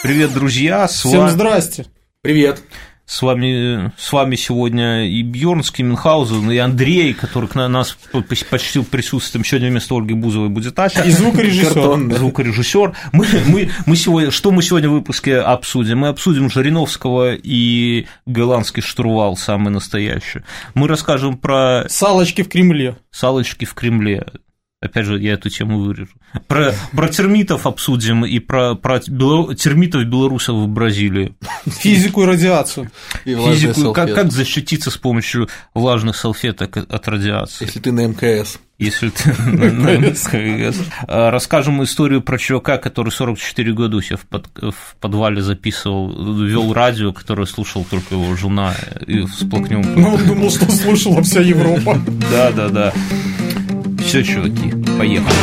Привет, друзья. Всем здрасте. Привет. С вами сегодня и Бьёрн Скимменхаузен, и Андрей, который к нас почтил присутствием. Сегодня вместо Ольги Бузовой будет Ася. И звукорежиссер. Звукорежиссер. Мы сегодня в выпуске обсудим? Мы обсудим Жириновского и голландский штурвал, самый настоящий. Мы расскажем про... Салочки в Кремле. Салочки в Кремле. Опять же, я эту тему вырежу. Про термитов обсудим и про термитов белорусов в Бразилии. Физику и радиацию. Физику, как защититься с помощью влажных салфеток от радиации. Если ты на МКС. Если ты на МКС. Расскажем историю про чувака, который 44 года у себя в подвале записывал, вел радио, которое слушал только его жена, и всплакнем. Ну, он думал, что слушала вся Европа. Да. Все, чуваки, поехали.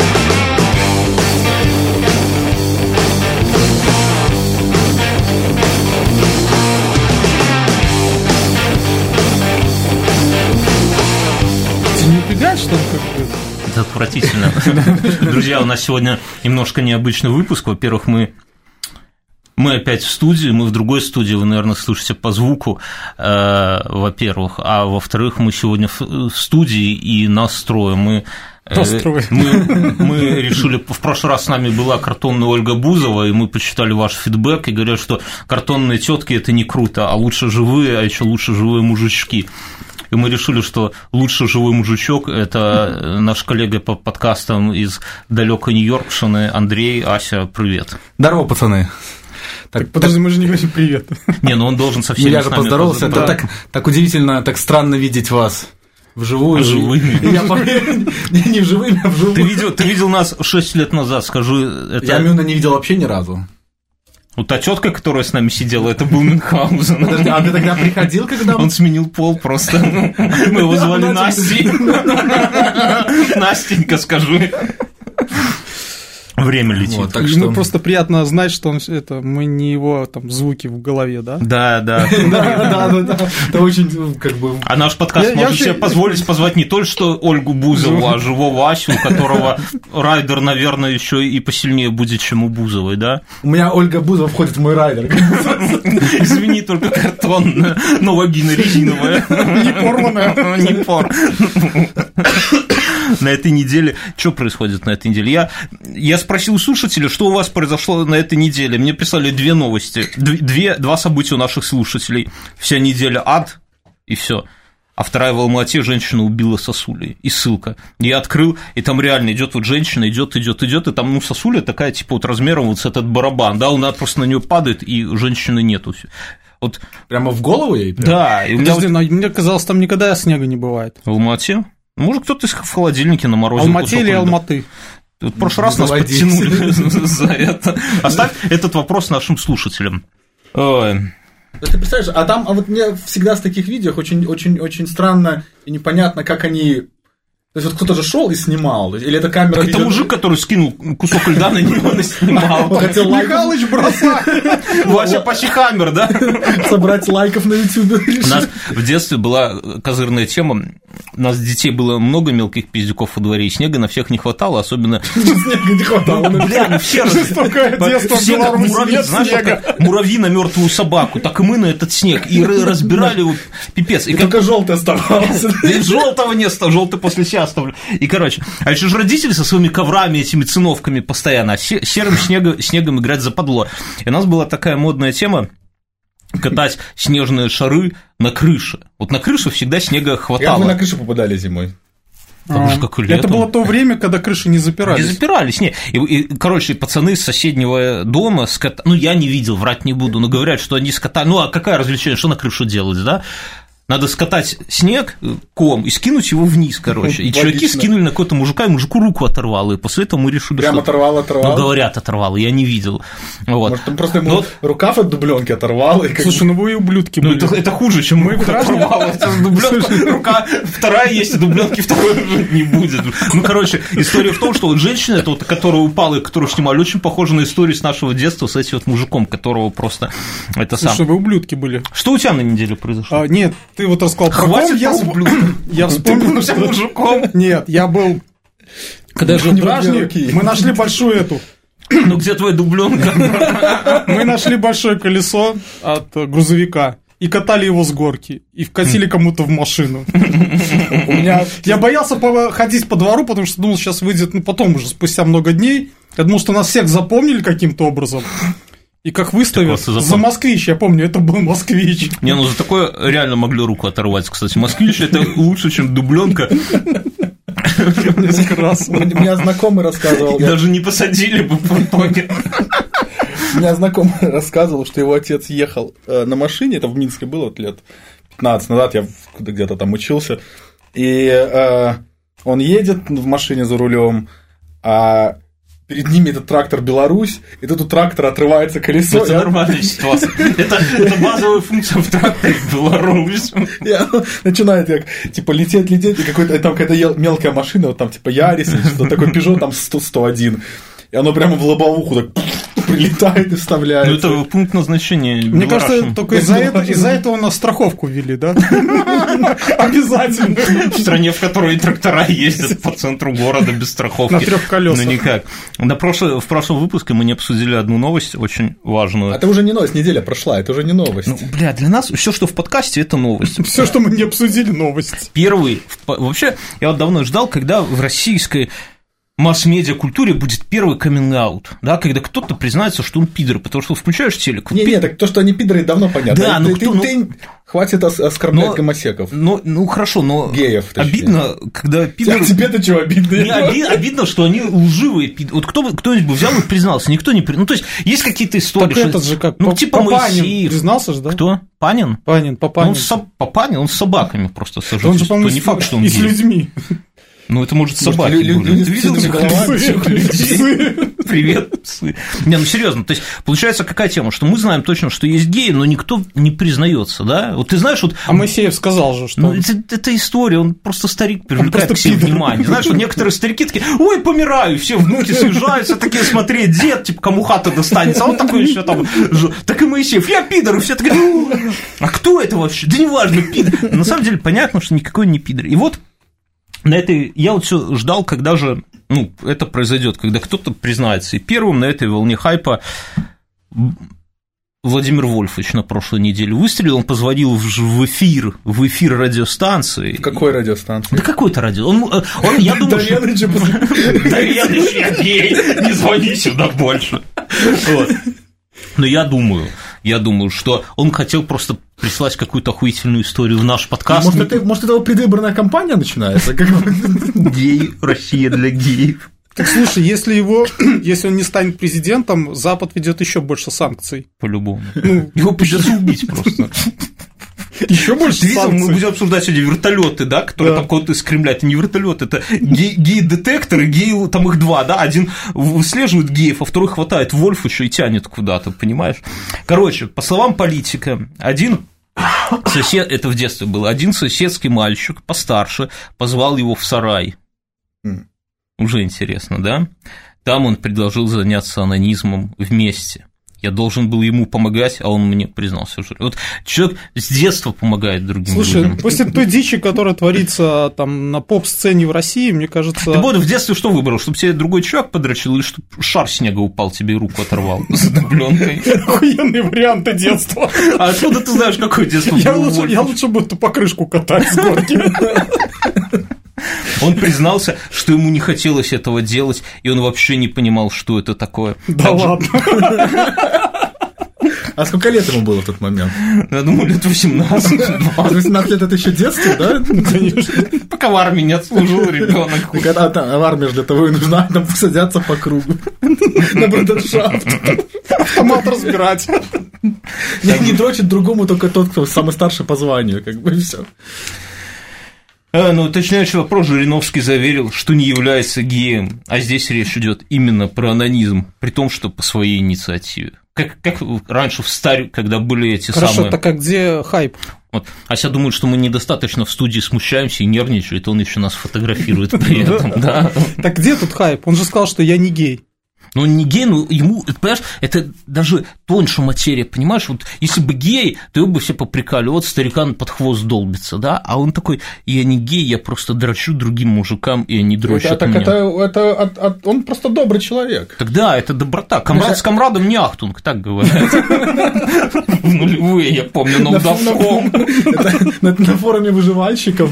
Ты не убегаешь, что ли, как-то? Это отвратительно. Друзья, у нас сегодня немножко необычный выпуск. Во-первых, мы опять в студии, мы в другой студии, вы, наверное, слышите по звуку, во-первых, а во-вторых, мы сегодня в студии и нас трое. Мы решили, в прошлый раз с нами была картонная Ольга Бузова, и мы почитали ваш фидбэк и говорят, что картонные тетки это не круто, а лучше живые, а еще лучше живые мужички. И мы решили, что лучший живой мужичок – это наш коллега по подкастам из далекой Нью-Йоркшины Андрей. Ася, привет. Здорово, пацаны. Так, подожди, мы же не говорим привет. Не, ну он должен со всеми. Я же поздоровался, это так удивительно, так странно видеть вас. Вживую. Не вживыми, а вживую. Ты видел нас 6 лет назад, скажу. Я Мюна не видел вообще ни разу. Ну, та тетка, которая с нами сидела, это был Мюнхгаузен. Подожди, а ты тогда приходил, когда... Он сменил пол просто. Мы его звали Настей. Настенька, скажи. Время летит. Вот, так что... просто приятно знать, что мы не его там звуки в голове, да? Да. Это очень как бы. А наш подкаст может себе позволить позвать не только что Ольгу Бузову, а живого Асю, у которого райдер, наверное, еще и посильнее будет, чем у Бузовой, да? У меня Ольга Бузова входит в мой райдер. Извини, только картонная, но вагина резиновая. Не порванная. Не пор. На этой неделе, что происходит на этой неделе? Я спросил у слушателей, что у вас произошло на этой неделе. Мне прислали две новости, два события у наших слушателей. Вся неделя ад, и все. А вторая в Алмате женщина убила сосулей, и ссылка. Я открыл, и там реально идет вот женщина, идет, и там, сосуля такая, типа, вот размером вот с этот барабан, да, она просто на нее падает, и женщины нету. Вот. Прямо в голову ей? Да. Мне казалось, там никогда снега не бывает. В Алмате? Может, кто-то в холодильнике наморозил. Алмате или Алматы? В прошлый раз нас подтянули за это. Оставь этот вопрос нашим слушателям. Ты представляешь, а вот мне всегда с таких видео очень странно и непонятно, как они... То есть, вот кто-то же шел и снимал, или это камера... Это мужик, который скинул кусок льда на него и снимал. Михалыч, бросай! Вася Пащихаммер, да? Собрать лайков на YouTube. У нас в детстве была козырная тема. У нас детей было много мелких пиздюков во дворе, и снега на всех не хватало, особенно... Снега не хватало. Бля, все жестокое детство в Беларуси, знаешь, как муравьи на мертвую собаку, так и мы на этот снег, и разбирали его, пипец. И только желтый оставался. И желтого не стало, желтый после себя оставлю. И, короче, а еще же родители со своими коврами, этими циновками постоянно, серым снегом играть западло. И у нас была такая модная тема катать снежные шары на крыше. Вот на крыше всегда снега хватало. Как вы на крышу попадали зимой? Это было то время, когда крыши не запирались. Не запирались, не. И, короче, пацаны с соседнего дома, я не видел, врать не буду, но говорят, что они скатали. А какое развлечение, что на крышу делать, да? Надо скатать снег ком и скинуть его вниз, короче. И чуваки скинули на какого-то мужика, и мужику руку оторвало. И после этого мы решили, прям что... оторвало? Ну, говорят, оторвало, я не видел. Вот. Может, он просто ему рукав от дубленки оторвал. Слушай, вы и ублюдки были. Это хуже, чем мы оторвало. Рука вторая есть, а дубленки второй уже не будет. Короче, история в том, что вот женщина, которая упала и которую снимали, очень похожа на историю с нашего детства с этим вот мужиком, которого просто... Слушай, вы ублюдки были. Что у тебя на неделе произошло? Нет, ты вот рассказал про ком, я вспомнил, что мужиком. Нет, я был, когда жил в Дражне, мы нашли большую эту Ну где твоя дубленка? Мы нашли большое колесо от грузовика и катали его с горки, и вкатили кому-то в машину. Я боялся ходить по двору, потому что думал, сейчас выйдет, потом уже, спустя много дней. Я думал, что нас всех запомнили каким-то образом. И как выставят, за «Москвич», я помню, это был «Москвич». Не, ну за такое реально могли руку оторвать, кстати. «Москвич» — это лучше, чем дубленка. Несколько раз. У меня знакомый рассказывал. Даже не посадили бы в итоге. У меня знакомый рассказывал, что его отец ехал на машине, это в Минске было лет 15 назад, я где-то там учился, и он едет в машине за рулем, а перед ними этот трактор «Беларусь», и тут у трактора отрывается колесо. Это нормальная ситуация. Это базовая функция в тракторе «Беларусь». И оно начинает как, типа, лететь, и там какая-то мелкая машина, вот там, типа, Ярис, что такой Peugeot, там, 101, и оно прямо в лобовуху так прилетает и вставляется. Ну, это пункт назначения. Мне кажется, только из-за этого нас страховку ввели, да? Обязательно. В стране, в которой трактора ездят по центру города без страховки. На 3 колесах. Ну, никак. В прошлом выпуске мы не обсудили одну новость очень важную. Это уже не новость, неделя прошла, это уже не новость. Ну, бля, для нас все, что в подкасте, это новость. Все, что мы не обсудили, новость. Вообще, я вот давно ждал, когда в российской масс-медиа культуре будет первый каминг-аут, да, когда кто-то признается, что он пидор, потому что включаешь телек. Не, так то, что они пидоры, давно понятно. Да, ты хватит оскорблять гомосеков. Ну, хорошо, но геев, точнее. Обидно, когда пидоры... Тебе-то что обидно? Не, обидно, что они лживые пидоры. Вот кто-нибудь бы взял и признался, никто не признался. Ну, то есть, есть какие-то истории, так что... этот же как, ну, типа Моисеев. Признался же, да? Кто? Панин? Папанин. Он с собаками просто сожительствует. Он же, по-моему, не факт, что он и с людьми. Ну, это может собаки. Люди Ты видел этих людей? Привет, псы. Не, ну серьезно, то есть получается какая тема, что мы знаем точно, что есть геи, но никто не признается, да? Вот ты знаешь, вот. А Моисеев сказал же, что. Ну, это история, он просто старик, привлекает к себе внимание. Знаешь, вот некоторые старики такие: ой, помираю, все внуки съезжаются, такие смотреть, дед, типа, кому хата достанется, а он такой еще там. Так и Моисеев, я пидор, и все такие: а кто это вообще? Да неважно, пидор. На самом деле понятно, что никакой не пидор. И вот. Я вот все ждал, когда же это произойдет, когда кто-то признается. И первым на этой волне хайпа Владимир Вольфович на прошлой неделе выстрелил, он позвонил в эфир радиостанции. В какой радиостанции? Да какой-то радио. Я думаю, Дарьяныч, я гей, не звони сюда больше. Но я думаю, что он хотел просто прислать какую-то охуительную историю в наш подкаст. Может, это его предвыборная кампания начинается? Гей, Россия для геев. Так слушай, если он не станет президентом, Запад ведет еще больше санкций. По-любому. Его придется убить просто. Еще больше санкций. Мы будем обсуждать сегодня вертолеты, да, которые там кого-то из Кремля. Это не вертолет, это гей-детекторы, там их 2, да, один выслеживает геев, а второй хватает Вольфовича и тянет куда-то, понимаешь? Короче, по словам политика, это в детстве было, один соседский мальчик постарше позвал его в сарай. Уже интересно, да? Там он предложил заняться анонизмом вместе. Я должен был ему помогать, а он мне признался уже. Вот человек с детства помогает другим людям. Слушай, после той дичи, которая творится там на поп-сцене в России, мне кажется... Ты, Бода, в детстве что выбрал? Чтобы тебе другой человек подрочил или чтобы шар снега упал, тебе руку оторвал за дубленкой? Охуенные варианты детства. А откуда ты знаешь, какое детство было? Я лучше бы эту покрышку катать с горки. Он признался, что ему не хотелось этого делать, и он вообще не понимал, что это такое. Да ладно. А сколько лет ему было в тот момент? Я думаю, лет 18. 18 лет – это еще детство, да? Конечно. Пока в армии не отслужил ребенок. А армия же для того и нужна, там садятся по кругу на брудершафт. Автомат разбирать. Не дрочит другому только тот, кто самый старший по званию, как бы, и все. Уточняющий вопрос, Жириновский заверил, что не является геем, а здесь речь идет именно про анонизм, при том, что по своей инициативе. Как раньше в старе, когда были эти самые... Хорошо, так а где хайп? Вот. А сейчас думают, что мы недостаточно в студии смущаемся и нервничают, он еще нас фотографирует при этом, да? Так где тут хайп? Он же сказал, что я не гей. Но он не гей, но ему, понимаешь, это даже тоньше материя, понимаешь? Вот если бы гей, то его бы все попрекали, вот старикан под хвост долбится, да? А он такой, я не гей, я просто дрочу другим мужикам, и они дрочат меня. Он просто добрый человек. Тогда это доброта. Камрад с камрадом не ахтунг, так говорят. В нулевые, я помню, ноудавком. На форуме выживальщиков.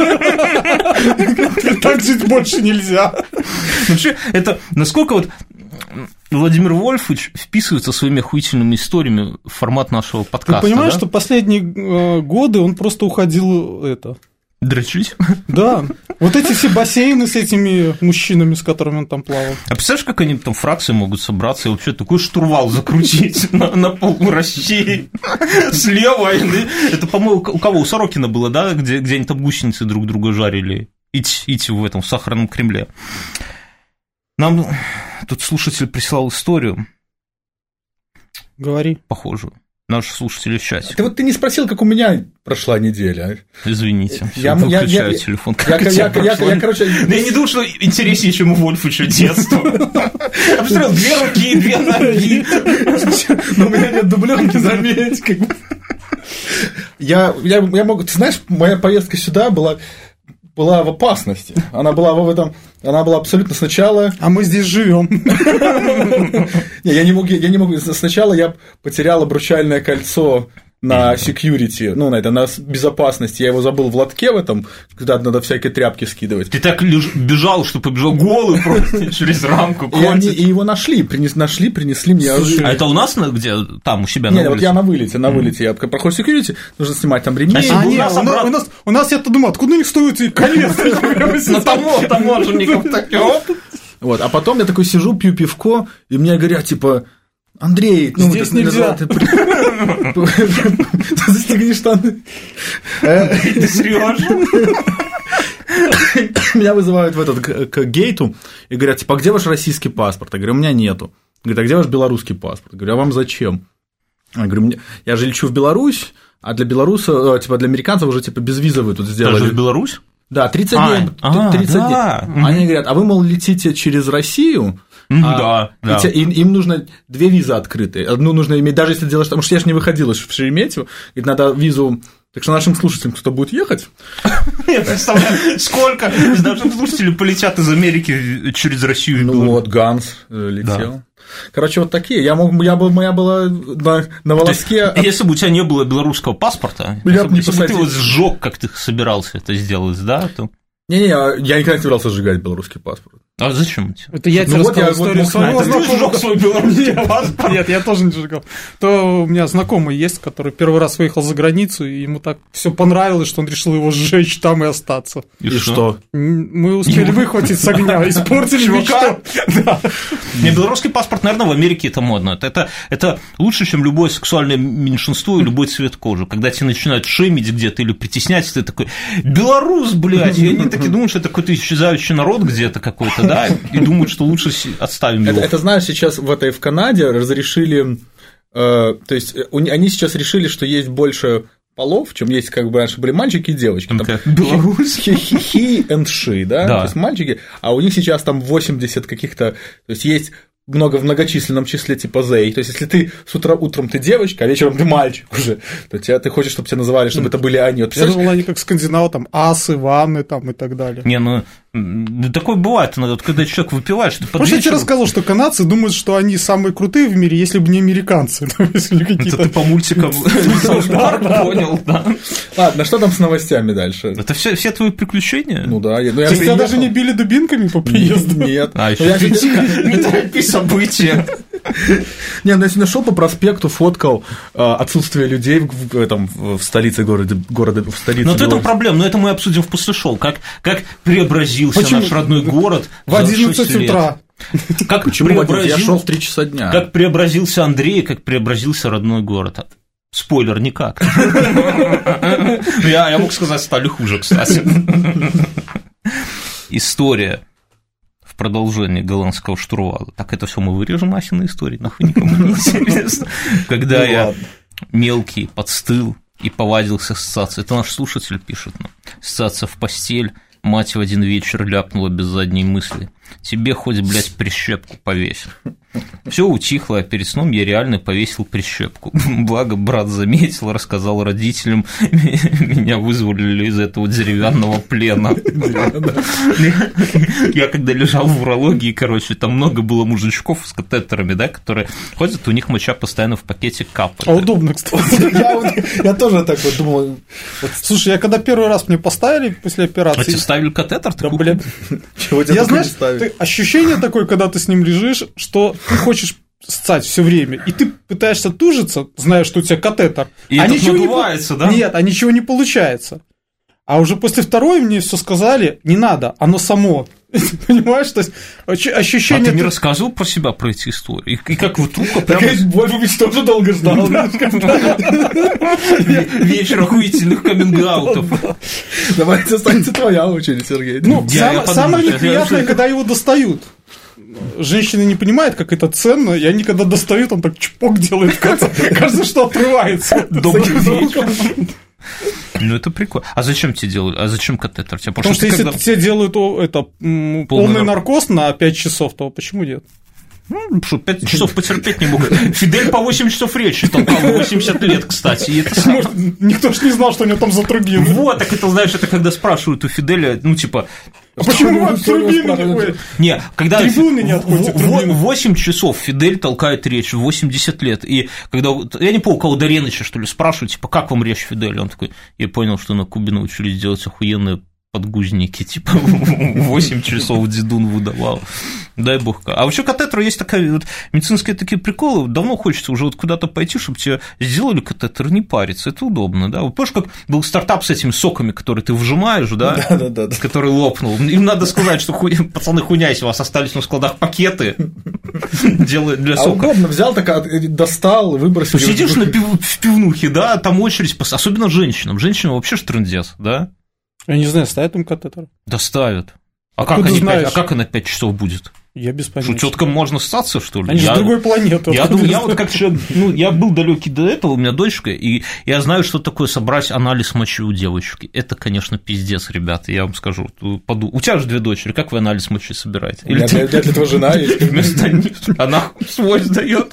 Так жить больше нельзя. Вообще, это насколько вот Владимир Вольфович вписывается своими охуительными историями в формат нашего подкаста. Ты понимаешь, что последние годы он просто уходил дрочить? Да. Вот эти все бассейны с этими мужчинами, с которыми он там плавал. А представляешь, как они там фракции могут собраться и вообще такой штурвал закрутить на пол России слева? Это, по-моему, у кого? У Сорокина было, да? Где они там гусеницы друг друга жарили. Идти в этом в Сахарном Кремле. Нам тут слушатель прислал историю. Говори. Похожую. Наши слушатели в чате. Ты не спросил, как у меня прошла неделя. Извините. Я выключаю телефон. Я не думал, что интереснее, чем у Вольфовича детство. Я посмотрел, 2 руки и 2 ноги. Но у меня нет дубленки, заметь. Я могу... Ты знаешь, моя поездка сюда была в опасности. Она была абсолютно сначала... А мы здесь живем. Я не могу. Сначала я потерял обручальное кольцо на security, на безопасность. Я его забыл в лотке в этом, когда надо всякие тряпки скидывать. Ты так бежал, что побежал голый просто через рамку. И его нашли, принесли мне. Слушай, а это у нас где? Там, у себя на вылете? Нет, вот я на вылете. Я проходил security, нужно снимать там ремни. У нас, я-то думаю, откуда у них стоят эти колеса? На таможенников так. Вот, а потом я такой сижу, пью пивко, и мне говорят, типа, Андрей, здесь нельзя. Застегни штаны. Ты серьёзно? Меня вызывают к гейту и говорят, типа, а где ваш российский паспорт? Я говорю, у меня нету. Говорят, а где ваш белорусский паспорт? Я говорю, а вам зачем? Я говорю, я же лечу в Беларусь, а для белоруса, типа, для американцев уже, типа, безвизовые тут сделали. Даже в Беларусь? Да, 30 дней. 30 дней. Они говорят, а вы, мол, летите через Россию, да. Им нужно 2 визы открытые. Одну нужно иметь, даже если делаешь, потому что я же не выходил в Шереметьево, и надо визу. Так что нашим слушателям, кто будет ехать. Я представляю, сколько наших слушателей полетят из Америки через Россию. Ну вот, Ганс летел. Короче, вот такие. Моя была на волоске. Если бы у тебя не было белорусского паспорта, если бы ты вот сжёг, как ты собирался это сделать, да, то. Не-не, я никогда не собирался сжигать белорусский паспорт. А зачем тебе? Это я тебе рассказал историю своего знакомого. Ты сжёг свой белорусский паспорт? Нет, я тоже не сжигал. То у меня знакомый есть, который первый раз выехал за границу, и ему так все понравилось, что он решил его сжечь там и остаться. И что? Мы успели выхватить с огня, испортили мечту. Не, белорусский паспорт, наверное, в Америке это модно. Это лучше, чем любое сексуальное меньшинство и любой цвет кожи. Когда тебя начинают шеймить где-то или притеснять, ты такой, белорус, блядь, и они такие думают, что это какой-то исчезающий народ где-то какой-то, да, и думают, что лучше отставим его. Это знаешь, сейчас в Канаде разрешили, то есть они сейчас решили, что есть больше полов, чем есть, как бы, раньше были мальчики и девочки. Беларусь. He and she, да? Да. То есть мальчики, а у них сейчас там 80 каких-то, то есть в многочисленном числе типа they. То есть, если ты утром ты девочка, а вечером ты мальчик уже, то ты хочешь, чтобы тебя называли, чтобы это были они. Вот, я думал, они как скандинавы, там, асы, ванны там, и так далее. Не, такое бывает иногда, когда человек выпивает, что под вечер... я тебе рассказал, что канадцы думают, что они самые крутые в мире, если бы не американцы. Это ты по мультикам понял, да. Ладно, что там с новостями дальше? Это все твои приключения? Ну да. Тебя даже не били дубинками по приезду? Нет. Не события. Не, я сегодня шел по проспекту, фоткал отсутствие людей в столице города, в столице. Но это проблема, но это мы обсудим в после шоу. Как преобразился наш родной город в 11 утра. Почему я шел в 3 часа дня? Как преобразился Андрей, как преобразился родной город. Спойлер, никак. Я мог сказать, стали хуже, кстати. История в продолжении голландского штурвала. Так это все мы вырежем, Асины истории, нахуй никому не интересно. Когда я мелкий подстыл и повадился ссаться. Это наш слушатель пишет нам. Ссаться в постель, мать в один вечер ляпнула без задней мысли. тебе хоть, блядь, прищепку повесь. Все утихло, а перед сном я реально повесил прищепку. Благо, брат заметил, рассказал родителям, меня вызволили из этого деревянного плена. Я когда лежал в урологии, короче, там много было мужичков с катетерами, да, которые ходят, у них моча постоянно в пакете капает. А удобно, кстати. Я тоже так вот думал. Слушай, я когда первый раз мне поставили после операции... А тебе ставили катетер? Да, блядь. Я знаешь, ощущение такое, когда ты с ним лежишь, что ты хочешь ссать все время, и ты пытаешься тужиться, зная, что у тебя катетер. И это надувается, да? Нет, а ничего не получается. А уже после второй мне все сказали, не надо, оно само. Понимаешь, то есть ощущение... А ты не рассказывал про себя, про эти истории? И как вы трубка прямо... Вольф ведь тоже долго ждал. Вечер охуительных каминг-аутов. Давайте останется твоя очередь, Сергей. Ну, самое неприятное, когда его достают. Женщины не понимают, как это ценно, и они когда достают, он так чпок делает в конце. Кажется, что отрывается. Добрый вечер. Ну, это прикольно. А зачем тебе делают? А зачем катетер? Потому что если тебе делают полный наркоз на 5 часов, то почему нет? Ну, что, 5 часов потерпеть не могут. Фидель по 8 часов речи толкал, 80 лет, кстати. Никто ж не знал, что у него там за трубина. Вот, так это, знаешь, это когда спрашивают у Фиделя, ну, типа... А почему у вас трубины? Не, когда... Трибуны не отходят, трубины. 8 часов Фидель толкает речь, 80 лет. И когда... Я не помню, у кого Дареныча, что ли, спрашивают, типа, как вам речь Фиделя? Он такой, я понял, что на Кубе научились делать охуенные подгузники, типа 8 часов дедун выдавал. Дай бог. А вообще катетер есть такая вот медицинские такие приколы. Давно хочется уже вот куда-то пойти, чтобы тебе сделали катетер, не париться. Это удобно, да. Вот помнишь, как был стартап с этими соками, которые ты выжимаешь, да? Да. Который лопнул. Им надо сказать, что пацаны, хуйняйся, у вас остались на складах пакеты. Делают для сока. А удобно, взял, так достал, выбросил. Сидишь в пивнухе, да, там очередь, особенно женщинам. Женщинам вообще трындец, да? Я не знаю, ставят им катетер? Да ставят. А как она 5 часов будет? Я без понятия. Что, теткам можно ссаться, что ли? Они же с другой планеты. Я думаю, я вот как человек, ну, я был далекий до этого, у меня дочка, и я знаю, что такое собрать анализ мочи у девочки. Это, конечно, пиздец, ребята, я вам скажу. У тебя же 2 дочери, как вы анализ мочи собираете? У меня для этого жена есть. Вместо них она свой сдаёт.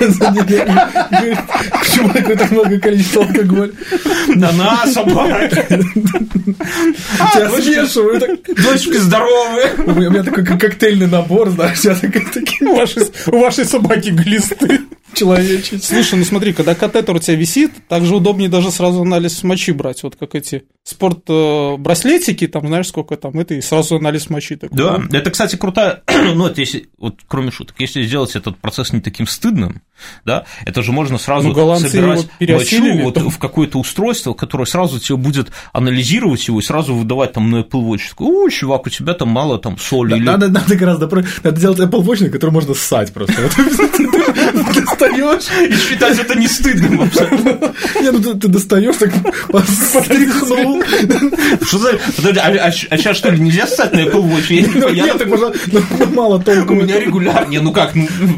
Почему так много количества алкоголя? Она собака. Тебя смешивают. Дочки здоровые. У меня такой коктейльный набор, знаешь, я такие... У вашей собаки глисты. Человеческий. Слушай, ну смотри, когда катетер у тебя висит, так же удобнее даже сразу анализ мочи брать, вот как эти спорт-браслетики, там, знаешь, сколько там, это и сразу анализ мочи. Такой, да, это, кстати, круто, ну, вот если, вот кроме шуток, если сделать этот процесс не таким стыдным, да, это же можно сразу собирать мочу вот в какое-то устройство, которое сразу тебе будет анализировать его и сразу выдавать там на Apple Watch, такой, чувак, у тебя там мало там соли. Да, или... Надо гораздо проще, надо делать Apple Watch, на который можно ссать просто. Достаешь и считать это не стыдным абсолютно. Не, ну ты достаешь, так постряхнул. Что за... Подожди, а сейчас что ли нельзя ссать на Apple Watch? Нет, так можно, мало толку. У меня регулярно, не, ну как,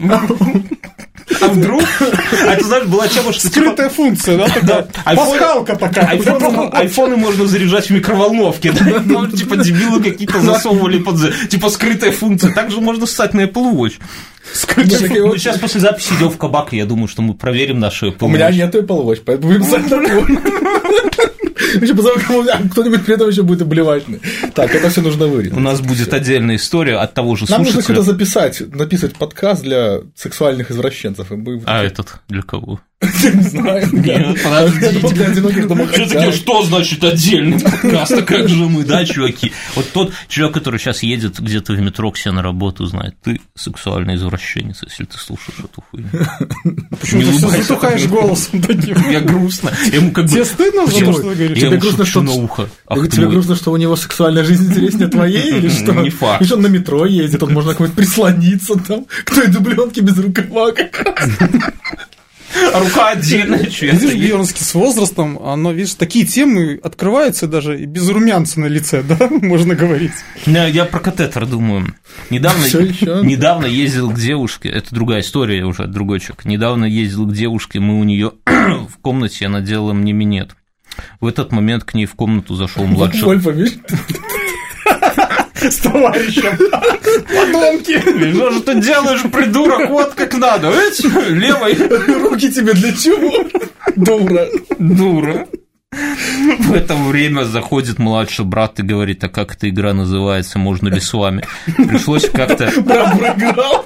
а вдруг? А ты знаешь, была тема, что... Скрытая функция, да, такая? Пасхалка такая. Айфоны можно заряжать в микроволновке, да? Ну, типа дебилы какие-то засовывали под... Типа скрытая функция. Также можно ссать на Apple Watch. Сейчас после записи идем в кабак, и я думаю, что мы проверим наши Apple Watch. У меня нет Apple Watch, поэтому будем ссать на кто-нибудь при этом еще будет обливательный. Так, это все нужно вырезать. У нас будет отдельная история от того же слушателя. Нам нужно куда написать подкаст для сексуальных извращенцев. А этот для кого? Я не знаю. Нет, подождите. Для одиноких домохозяек. Что значит отдельный подкаст? А как же мы, да, чуваки? Вот тот человек, который сейчас едет где-то в метро к себе на работу, знает, ты сексуальный извращенец, если ты слушаешь эту хуйню. Почему ты все затухаешь голосом таким? Я грустно. Тебе стыдно за то, что ты говоришь? Тебе грустно, что на ухо. Тебе грустно, что у него сексуальная жизнь интереснее твоей, или что? Не факт. Еще он на метро едет, он можно как-нибудь прислониться там к той дубленке без рукава как раз. А рука отдельная. Видишь, Бьернский с возрастом, оно, видишь, такие темы открываются даже и без румянца на лице, да, можно говорить. Я про катетер думаю. Недавно ездил к девушке, это другая история уже, другой человек. Недавно ездил к девушке, мы у нее в комнате, она делала мне минет. В этот момент к ней в комнату зашел младший. с товарищем. Подонки. Что же ты делаешь, придурок, вот как надо. Ведь левой. Руки тебе для чего? Дура. В это время заходит младший брат и говорит: а как эта игра называется, можно ли с вами? Пришлось как-то... Брат проиграл.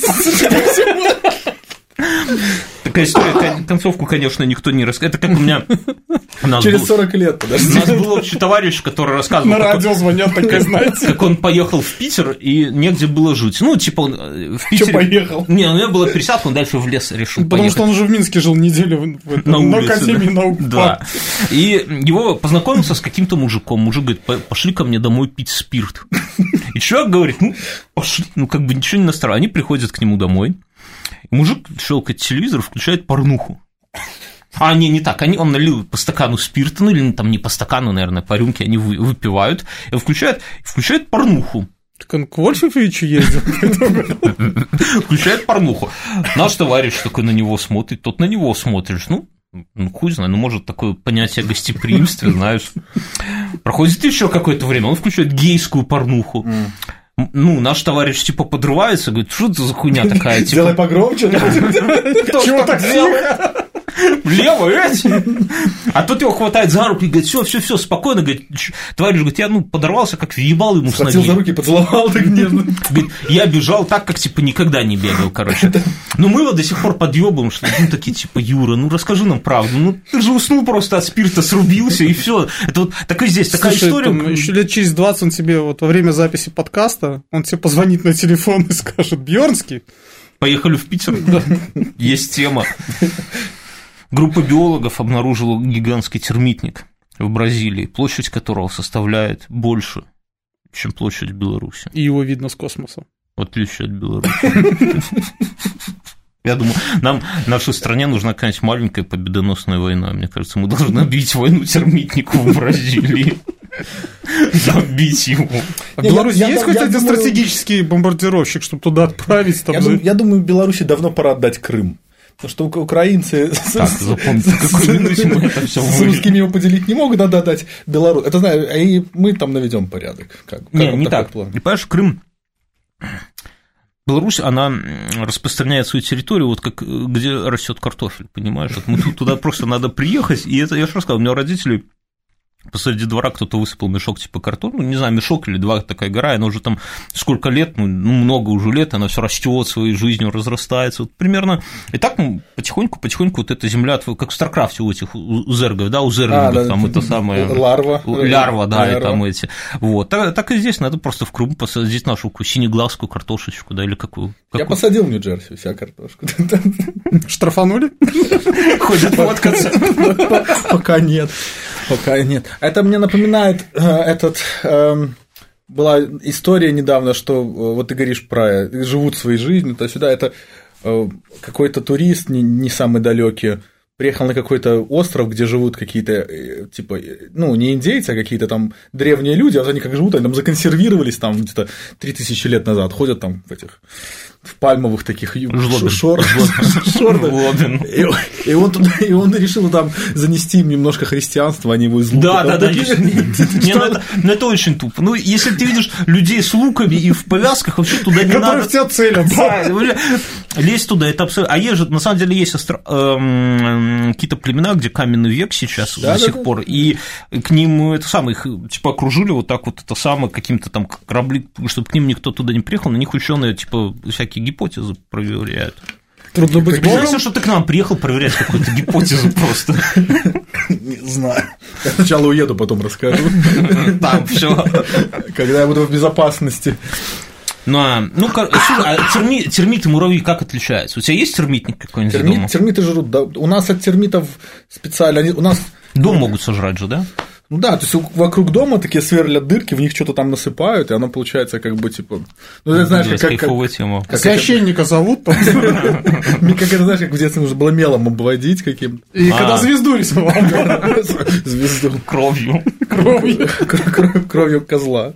Такая история, концовку, конечно, никто не рассказывает. Это как у меня... Через 40 лет, подожди. У нас был общий товарищ, который рассказывал... На радио звонят, такая, знаете. Как он поехал в Питер, и негде было жить. Ну, типа, он в Питере... Что поехал? Не, у него была пересадка, он дальше в лес решил Потому что он уже в Минске жил неделю на Академии наук. Да. И его познакомился с каким-то мужиком. Мужик говорит: пошли ко мне домой пить спирт. И человек говорит: ну, пошли. Ну, как бы ничего не настраивает. Они приходят к нему домой. И мужик щелкает телевизор, включает порнуху. Не так. Он налил по стакану спирта, ну или там не по стакану, наверное, по рюмке, они выпивают, и включает порнуху. Так он к Вольфовичу ездил. Включает порнуху. Наш товарищ такой на него смотрит, тот на него смотрит. Ну, хуй знает, может, такое понятие гостеприимства, знаешь. Проходит еще какое-то время, он включает гейскую порнуху. Ну, наш товарищ, типа, подрывается, говорит: что это за хуйня такая? Типа, делай погромче. Чего так тихо? Влево, а тут его хватает за руку и говорит: все, спокойно, говорит, товарищ, говорит, я подорвался, как въебал ему с ноги. Схватил за руки, поцеловал так нежно. Говорит: я бежал так, как, типа, никогда не бегал, короче. Но мы его до сих пор подъебываем, что ну такие, типа: Юра, ну расскажи нам правду, ну ты же уснул просто от спирта, срубился, и все. Это вот такая здесь, такая история. Еще лет через 20 он тебе вот во время записи подкаста, он тебе позвонит на телефон и скажет: Бьернский. Поехали в Питер, есть тема. Группа биологов обнаружила гигантский термитник в Бразилии, площадь которого составляет больше, чем площадь Беларуси. И его видно с космоса. В отличие от Беларуси. Я думаю, нам, нашей стране нужна какая-нибудь маленькая победоносная война. Мне кажется, мы должны объявить войну термитнику в Бразилии. Забить его. А в Беларуси есть хоть один стратегический бомбардировщик, чтобы туда отправить? Я думаю, в Беларуси давно пора отдать Крым. Потому что украинцы с русскими его поделить не могут, надо отдать Беларусь. Это знаю, и мы там наведем порядок. Не так. И понимаешь, Крым, Беларусь, она распространяет свою территорию, вот как где растет картофель, понимаешь? Вот мы туда просто надо приехать, и это я же рассказал, у меня родители. Посреди двора кто-то высыпал мешок типа картона, ну, не знаю, мешок или два, такая гора, она уже там сколько лет, ну много уже лет, она все растет своей жизнью, разрастается, вот примерно, и так потихоньку вот эта земля, как в Старкрафте у этих у зергов, да, у зерлингов, там это самое… Лярва, да, и там эти, вот, так и здесь надо просто в Крым посадить нашу синеглазскую картошечку, да, или какую… Я посадил в Нью-Джерси у себя картошку. Штрафанули? Ходят фоткаться. Пока нет. Это мне напоминает была история недавно, что вот ты говоришь про живут своей жизнью, туда-сюда, это какой-то турист, не самый далекий, приехал на какой-то остров, где живут какие-то, типа, ну, не индейцы, а какие-то там древние люди, а вот они как живут, они там законсервировались там где-то 3000 лет назад, ходят там в пальмовых таких шорах. И он решил там занести им немножко христианства, они его из лука. Да. Это очень тупо. Ну, если ты видишь людей с луками и в повязках, вообще туда не надо. Которые в тебя целят. Лезть туда, это абсолютно… А есть же, на самом деле, есть какие-то племена, где каменный век сейчас до сих пор, и к ним это самое, их типа окружили вот так вот это самое, каким-то там корабли, чтобы к ним никто туда не приехал, на них ученые типа всякие гипотезы проверяют. Трудно быть богом. Что ты к нам приехал проверять какую-то гипотезу просто. Не знаю. Я сначала уеду, потом расскажу. Там все. Когда я буду в безопасности. Термиты, муравьи как отличаются? У тебя есть термитник какой-нибудь дома? Термиты жрут, да. У нас от термитов специально… Дом могут сожрать же, да? Ну да, то есть вокруг дома такие сверлят дырки, в них что-то там насыпают, и оно получается как бы типа… Ну, это знаешь, кайфовая тема. Священника зовут. Как это, знаешь, как в детстве нужно было мелом обводить каким-то. И когда звезду рисовал. Звезду. Кровью козла.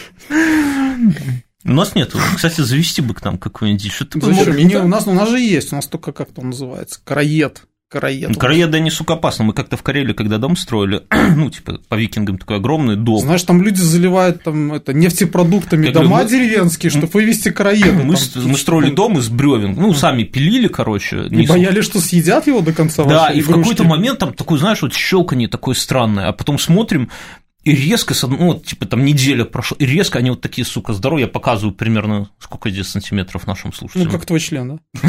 У нас нет. Кстати, завести бы к нам какую-нибудь. У нас же есть, у нас только как-то он называется, караед. Короед. Короеды, они, сука, опасны. Мы как-то в Карелии, когда дом строили, ну, типа, по викингам такой огромный дом. Знаешь, там люди заливают там, нефтепродуктами дома деревенские, чтобы вывести короеды. Мы строили дом из бревен, ну, сами пилили, короче. И боялись, что съедят его до конца. Да, и в какой-то момент там такой, знаешь, вот щелканье такое странное, а потом смотрим, и резко, ну, вот, типа, там неделя прошла, и резко они вот такие, сука, здоровые, я показываю примерно, сколько здесь сантиметров нашим слушателям. Ну, как твой член, да?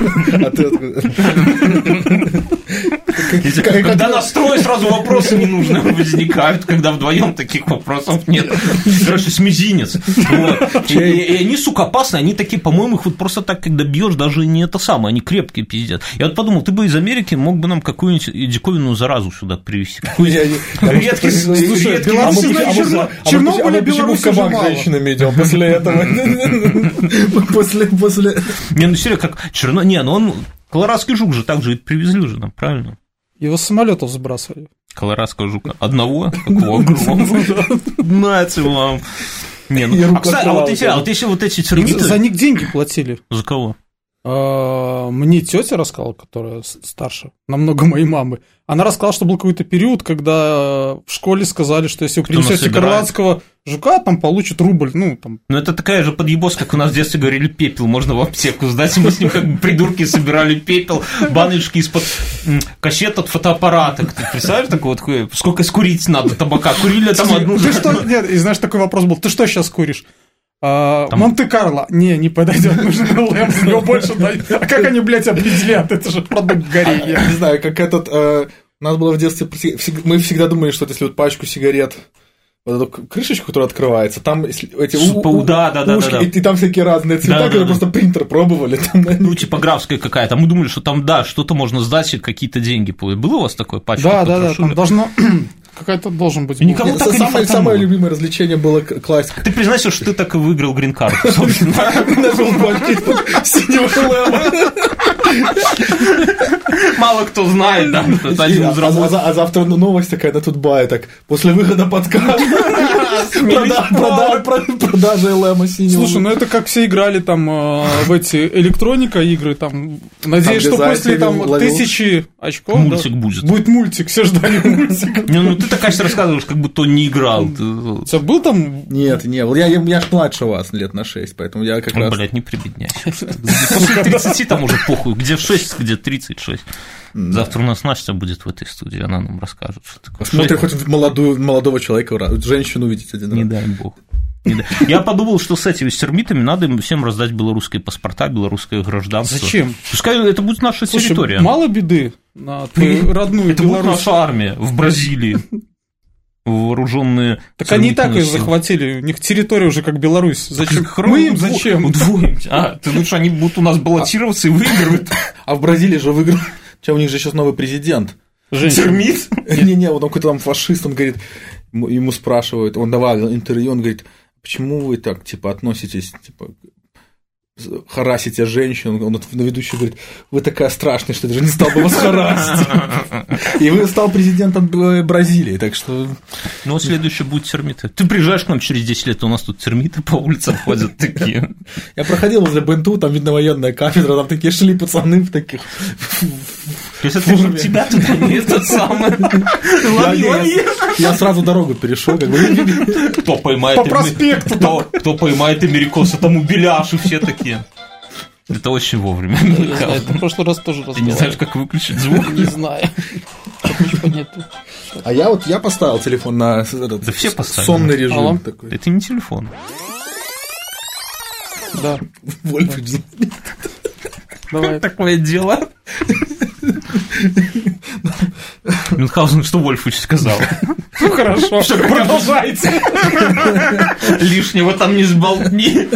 Когда настрой, сразу вопросы ненужные возникают, когда вдвоем таких вопросов нет. Короче, с мизинец. И они, сука, опасны, они такие, по-моему, их вот просто так, когда бьешь, даже не это самое, они крепкие пиздят. Я вот подумал, ты бы из Америки мог бы нам какую-нибудь диковинную заразу сюда привезти. Редкий. Чернобыль, почему в кабак с женщинами идем после этого? После... Не, ну серьезно, как Не, ну он... Колорадский жук же так же и привезли же нам, правильно? Его с самолетов сбрасывали. Колорадского жука. Одного? Такого огромного. Нате вам. Не, ну... А вот если вот эти термиты... За них деньги платили. За кого? Мне тетя рассказала, которая старше, намного моей мамы. Она рассказала, что был какой-то период, когда в школе сказали, что если вы принесете колорадского жука, там получит рубль. Ну, там... Ну, это такая же подъебос, как у нас в детстве говорили, пепел можно в аптеку сдать. Мы с ним как придурки собирали пепел, баночки из-под кассет от фотоаппарата. Ты представляешь, такое вот, сколько скурить надо табака? Курили там одну... Ты что? Нет, и знаешь, такой вопрос был, ты что сейчас куришь? Монте-Карло. Не подойдет, нужно ЛМ, за него больше дать. А как они, блядь, определят? Это же продукт горения. Я не знаю, как этот... У нас было в детстве... Мы всегда думали, что если вот пачку сигарет, вот эту крышечку, которая открывается, там эти ушки, и там всякие разные цвета, когда просто принтер пробовали. Ну, типографская какая-то. Мы думали, что там, да, что-то можно сдать и какие-то деньги. Было у вас такое пачка? Да, там должно... Какая-то должен быть. Никому так и не хватало. Самое любимое развлечение было класть. Ты признайся, что ты так и выиграл грин-карту, собственно. Нашел пачку из синего шлема. Мало кто знает, да, что это один из работ. А завтра новость такая на Тутбае, так, после выхода подкаста продажа ЛМа синего. Слушай, ну это как все играли там в эти электроника игры, там, надеюсь, что после там 1000 очков мультик будет. Будет мультик, все ждали мультик. Ну ты так, конечно, рассказываешь, как будто он не играл. У тебя был там? Нет, не был. Я ж младше вас лет на 6, поэтому я как раз... Блядь, не прибедняйся. После 30 там уже похуй, где 6, где 36. Завтра у нас Настя будет в этой студии, она нам расскажет, что такое. Смотри, хоть молодого человека, женщину увидеть один раз. Не дай бог. Я подумал, что с этими термитами надо им всем раздать белорусские паспорта, белорусское гражданство. Зачем? Пускай это будет наша территория. Мало беды на твою родную это Беларусь. Это будет наша армия в Бразилии. Вооруженные. Так они и так ее захватили. У них территория уже как Беларусь. Зачем? Мы им зачем? Удвоим. Ты думаешь, они будут у нас баллотироваться и выигрывают? А в Бразилии же выиграл. У них же сейчас новый президент. Термит? Не, вот он какой-то там фашист, он говорит, ему спрашивают, он давал интервью, он говорит, почему вы так, типа, относитесь, типа, харасите женщин, он на ведущий говорит, вы такая страшная, что я даже не стал бы вас харасить. И вы стал президентом Бразилии, так что... Ну, вот следующий будет термиты. Ты приезжаешь к нам через 10 лет, у нас тут термиты по улицам ходят такие. Я проходил возле БНТУ, там видно военная кафедра, там такие шли пацаны в таких... Если ты тебя туда не этот самый... Я сразу дорогу перешел, как бы... Кто поймает... По проспекту. Кто поймает америкоса, тому беляши все такие. Это очень вовремя. Это в прошлый раз тоже разговаривал. Ты не знаешь, как выключить звук? Не знаю. Ничего нету. А я поставил телефон на сонный режим. Это не телефон. Да. Вольфович. Давай. Такое дело. Мюнхгаузен, что Вольфович сказал? Ну хорошо, продолжайте. Лишнего там не сболтни.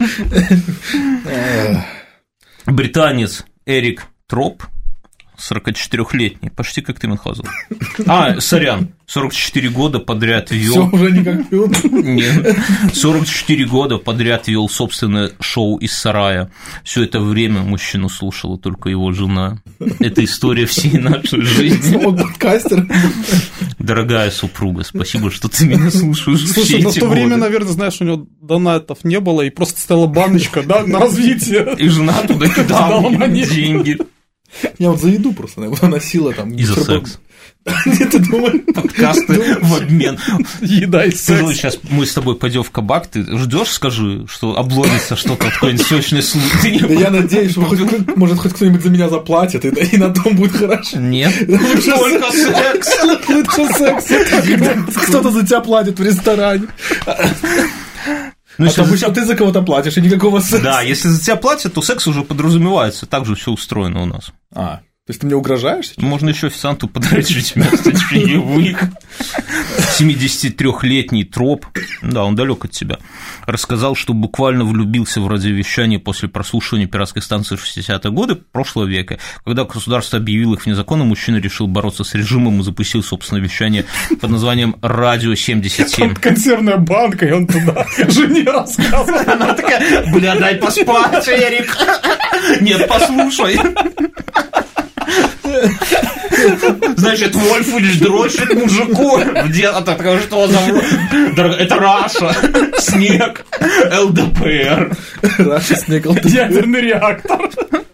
Британец Эрик Троп, 44-летний, почти как ты, Мюнхгаузен. Сорян, 44 года подряд вел... Всё уже не как Пётр. Нет, 44 года подряд вел собственное шоу из сарая. Все это время мужчину слушала только его жена. Это история всей нашей жизни. Подкастер. Дорогая супруга, спасибо, что ты меня слушаешь. Слушай, но в то время, наверное, знаешь, у него донатов не было, и просто стояла баночка, да, на развитие. И жена туда кидала деньги. Я вот за еду просто, она его носила там. И за секс. Нет, ты думаешь? Подкасты в обмен. Еда и секс. Сейчас мы с тобой пойдем в кабак, ты ждешь, скажи, что обломится что-то, какой-нибудь сочный суп. Да я надеюсь, что может хоть кто-нибудь за меня заплатит, и на том будет хорошо. Нет, только секс. Лучше секс. Кто-то за тебя платит в ресторане. Ну, а обычно ты за кого-то платишь, и никакого секса. Да, если за тебя платят, то секс уже подразумевается. Так же все устроено у нас. То есть ты мне угрожаешь сейчас? Можно еще официанту подарить жить место чаевых. 73-летний Троп, да, он далек от тебя, рассказал, что буквально влюбился в радиовещание после прослушивания пиратской станции в 60-е годы прошлого века. Когда государство объявило их вне закона, мужчина решил бороться с режимом и запустил собственное вещание под названием «Радио 77». Там консервная банка, и он туда жене рассказывал. Она такая: бля, дай поспать, Эрик. Нет, послушай. Значит, Вольфович дрочит мужику. Что за... Это Раша, снег, ЛДПР. Раша, снег, ЛДПР. Ядерный реактор.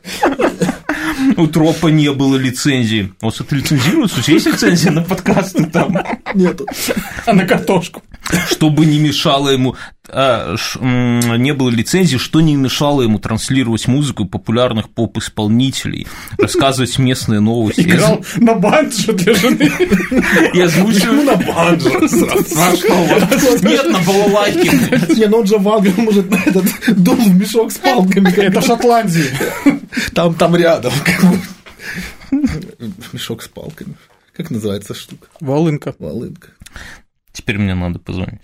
У Тропа не было лицензии. У вас это лицензируется? У тебя есть лицензия на подкасты там? Нету. А на картошку? Чтобы не мешало ему, не было лицензии, что не мешало ему транслировать музыку популярных поп-исполнителей, рассказывать местные новости. Играл на банджо для жены. Я озвучиваю на банджо. Нет, на балалайке. Не, ну он же Вагнер может на этот дул в мешок с палками. Это в Шотландии. Там рядом. Мешок с палками. Как называется штука? Волынка. Волынка. Теперь мне надо позвонить.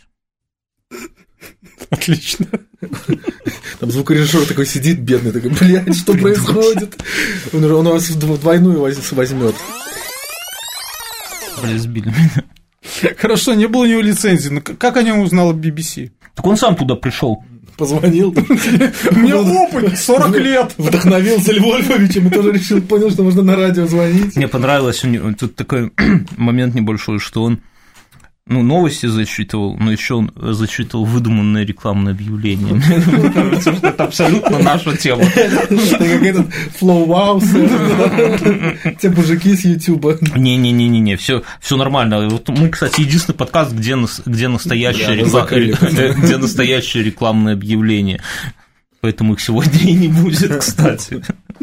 Отлично. Там звукорежиссер такой сидит, бедный, такой: блядь, что происходит? Он вас двойную возьмет. Блядь, сбили меня. Хорошо, не было у него лицензии, но как о нем узнала BBC? Так он сам туда пришел. Позвонил. У меня опыт, 40 лет. Вдохновился Львовичем и тоже решил, понял, что можно на радио звонить. Мне понравилось, у него тут такой момент небольшой, что он новости зачитывал, но еще он зачитывал выдуманное рекламное объявление. Мне кажется, что это абсолютно наша тема. Это как этот Flow Wow, те мужики с Ютуба. Не, все нормально. Вот мы, кстати, единственный подкаст, где настоящее рекламное объявление. Поэтому их сегодня и не будет, кстати.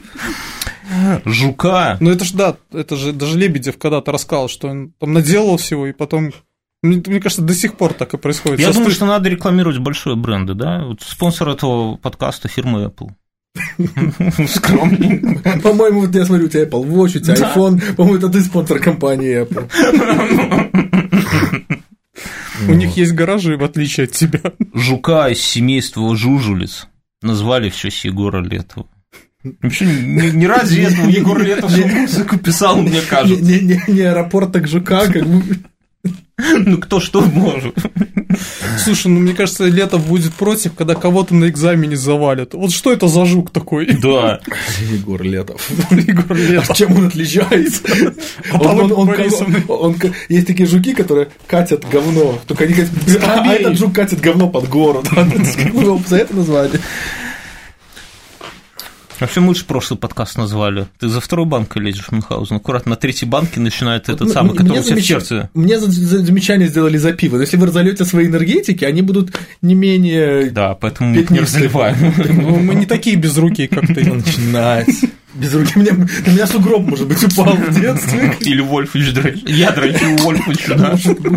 Жука. Ну это ж да, это же даже Лебедев когда-то рассказал, что он там наделал всего, и потом. Мне кажется, до сих пор так и происходит. Я думаю, что надо рекламировать большие бренды, да? Вот спонсор этого подкаста — фирма Apple. Скромненько. По-моему, вот я смотрю, у тебя Apple Watch, у тебя iPhone, по-моему, это ты спонсор компании Apple. У них есть гаражи, в отличие от тебя. Жука из семейства жужулиц назвали в честь Егора Летова. Вообще, не ради этого Егор Летов музыку писал, мне кажется. Не аэропорт, так Жука, как бы. Ну, кто что может. Слушай, мне кажется, Летов будет против, когда кого-то на экзамене завалят. Вот что это за жук такой? Да. Егор Летов. Егор Летов. Чем он отличается? Есть такие жуки, которые катят говно. Только они говорят: а этот жук катит говно под город. Как вы его за это назвали? Вообще, мы же прошлый подкаст назвали. Ты за второй банкой лезешь, Мюнхгаузен. Аккуратно на третьей банке начинает этот самый, который у тебя в сердце. Мне замечание сделали за пиво. Если вы разольете свои энергетики, они будут не менее. Да, поэтому мы их не разливаем. Мы не такие безрукие, как ты. Начинать. Без руки на меня сугроб, может быть, упал в детстве. Или Вольфович дрочит. Я дрочу Вольфовичу, да.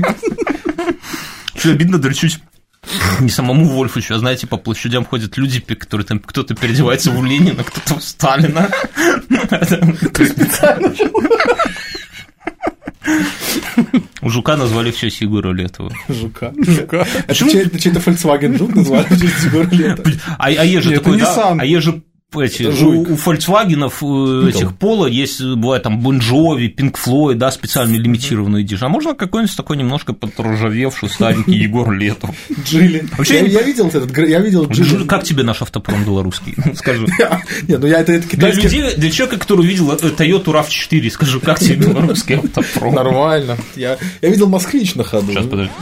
Что обидно дрочуть. Не самому Вольфовичу, а, знаете, по площадям ходят люди, которые там кто-то переодевается в Ленина, кто-то в Сталина. У Жука назвали в честь Егора Летова. Жука. Это чей-то Volkswagen Жук назвали в честь Егора Летова. А есть же такой, да? А есть же у Volkswagen'ов этих Пола есть, бывает там Bon Jovi, Pink Floyd, да, специально лимитированные дижи. А можно какой-нибудь такой немножко подржавевший старенький Егор Летов? Джили. Вообще, я видел Джили. Как тебе наш автопром белорусский? Скажи. Нет, ну я это китайский. Для человека, который увидел Toyota RAV4, скажи, как тебе белорусский автопром? Нормально. Я видел Москвич на ходу. Сейчас, подожди.